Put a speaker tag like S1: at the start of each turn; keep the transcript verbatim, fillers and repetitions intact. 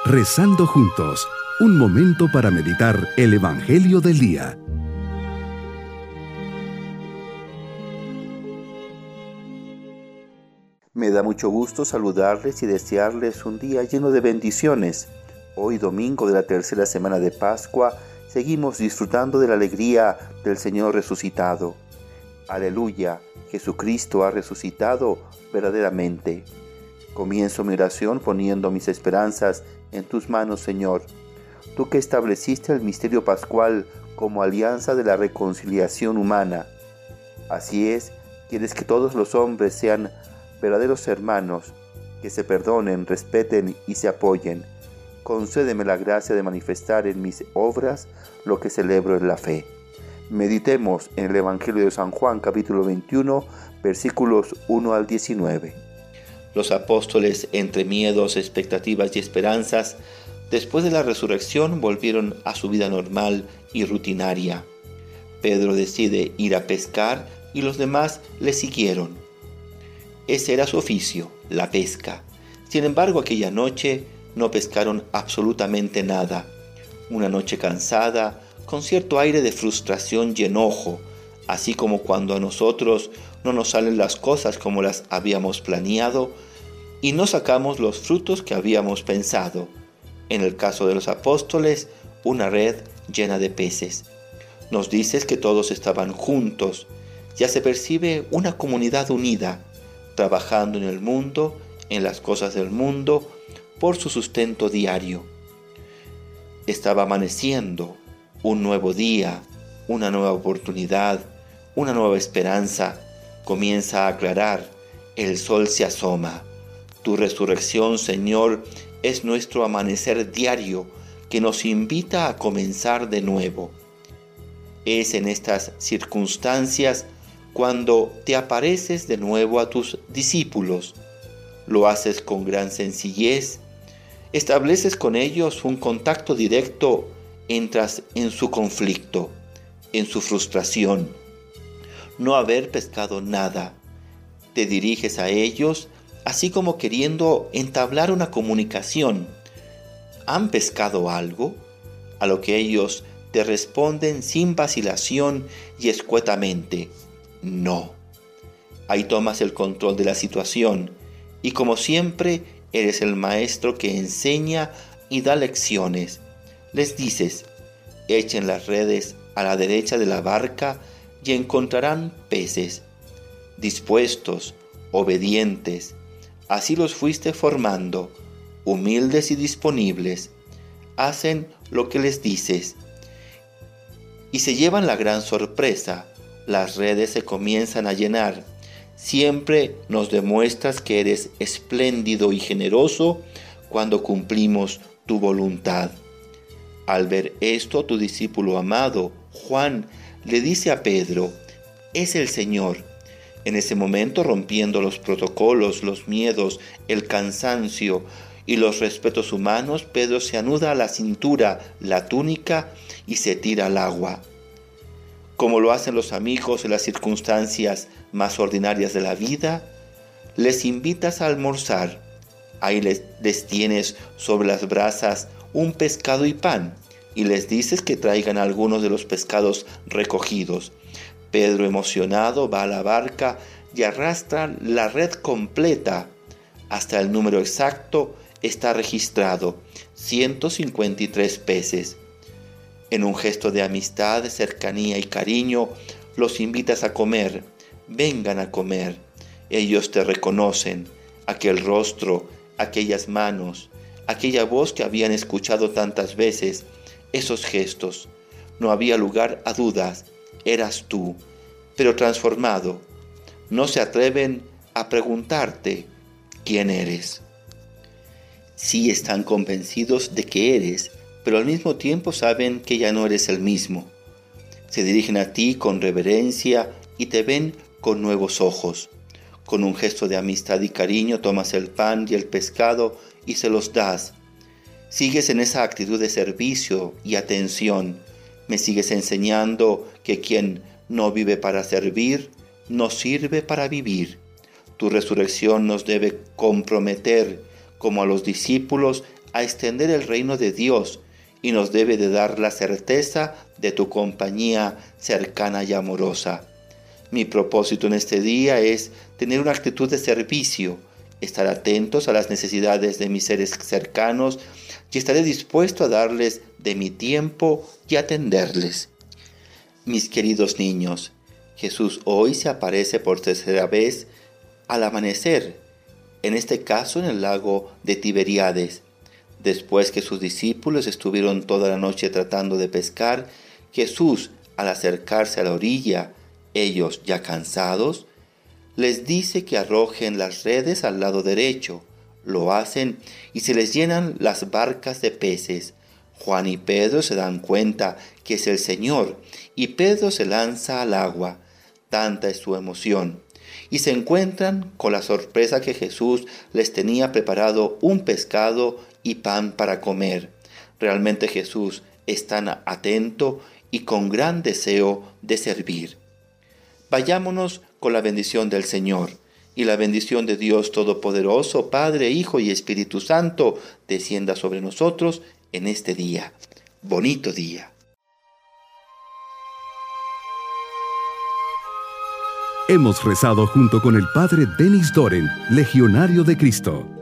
S1: Rezando juntos, un momento para meditar el Evangelio del día.
S2: Me da mucho gusto saludarles y desearles un día lleno de bendiciones. Hoy, domingo de la tercera semana de Pascua, seguimos disfrutando de la alegría del Señor resucitado. Aleluya, Jesucristo ha resucitado verdaderamente. Comienzo mi oración poniendo mis esperanzas en tus manos, Señor. Tú que estableciste el misterio pascual como alianza de la reconciliación humana. Así es, quieres que todos los hombres sean verdaderos hermanos, que se perdonen, respeten y se apoyen. Concédeme la gracia de manifestar en mis obras lo que celebro en la fe. Meditemos en el Evangelio de San Juan, capítulo veintiuno, versículos uno al diecinueve.
S3: Los apóstoles, entre miedos, expectativas y esperanzas, después de la resurrección volvieron a su vida normal y rutinaria. Pedro decide ir a pescar y los demás le siguieron. Ese era su oficio, la pesca. Sin embargo, aquella noche no pescaron absolutamente nada. Una noche cansada, con cierto aire de frustración y enojo, así como cuando a nosotros no nos salen las cosas como las habíamos planeado y no sacamos los frutos que habíamos pensado. En el caso de los apóstoles, una red llena de peces. Nos dices que todos estaban juntos. Ya se percibe una comunidad unida, trabajando en el mundo, en las cosas del mundo, por su sustento diario. Estaba amaneciendo, un nuevo día, una nueva oportunidad, una nueva esperanza. Comienza a aclarar, el sol se asoma. Tu resurrección, Señor, es nuestro amanecer diario que nos invita a comenzar de nuevo. Es en estas circunstancias cuando te apareces de nuevo a tus discípulos. Lo haces con gran sencillez, estableces con ellos un contacto directo, entras en su conflicto, en su frustración. No haber pescado nada. Te diriges a ellos así como queriendo entablar una comunicación. ¿Han pescado algo? A lo que ellos te responden sin vacilación y escuetamente: no. Ahí tomas el control de la situación y, como siempre, eres el maestro que enseña y da lecciones. Les dices: echen las redes a la derecha de la barca y encontrarán peces. Dispuestos, obedientes, así los fuiste formando, humildes y disponibles. Hacen lo que les dices y se llevan la gran sorpresa. Las redes se comienzan a llenar. Siempre nos demuestras que eres espléndido y generoso cuando cumplimos tu voluntad. Al ver esto, tu discípulo amado, Juan, le dice a Pedro: es el Señor. En ese momento, rompiendo los protocolos, los miedos, el cansancio y los respetos humanos, Pedro se anuda a la cintura la túnica y se tira al agua. Como lo hacen los amigos en las circunstancias más ordinarias de la vida, les invitas a almorzar. Ahí les, les tienes sobre las brasas un pescado y pan, y les dices que traigan algunos de los pescados recogidos. Pedro, emocionado, va a la barca y arrastra la red completa. Hasta el número exacto está registrado: ciento cincuenta y tres peces. En un gesto de amistad, cercanía y cariño, los invitas a comer. Vengan a comer. Ellos te reconocen, aquel rostro, aquellas manos, aquella voz que habían escuchado tantas veces, esos gestos. No había lugar a dudas, eras tú, pero transformado. No se atreven a preguntarte quién eres. Sí están convencidos de que eres, pero al mismo tiempo saben que ya no eres el mismo. Se dirigen a ti con reverencia y te ven con nuevos ojos. Con un gesto de amistad y cariño tomas el pan y el pescado y se los das. Sigues en esa actitud de servicio y atención. Me sigues enseñando que quien no vive para servir, no sirve para vivir. Tu resurrección nos debe comprometer, como a los discípulos, a extender el reino de Dios y nos debe de dar la certeza de tu compañía cercana y amorosa. Mi propósito en este día es tener una actitud de servicio, estar atentos a las necesidades de mis seres cercanos y estaré dispuesto a darles de mi tiempo y atenderles. Mis queridos niños, Jesús hoy se aparece por tercera vez al amanecer, en este caso en el lago de Tiberíades. Después que sus discípulos estuvieron toda la noche tratando de pescar, Jesús, al acercarse a la orilla, ellos ya cansados, les dice que arrojen las redes al lado derecho. Lo hacen y se les llenan las barcas de peces. Juan y Pedro se dan cuenta que es el Señor y Pedro se lanza al agua. Tanta es su emoción. Y se encuentran con la sorpresa que Jesús les tenía preparado un pescado y pan para comer. Realmente Jesús es tan atento y con gran deseo de servir. Vayámonos con la bendición del Señor, y la bendición de Dios Todopoderoso, Padre, Hijo y Espíritu Santo, descienda sobre nosotros en este día. Bonito día.
S1: Hemos rezado junto con el Padre Denis Doren, Legionario de Cristo.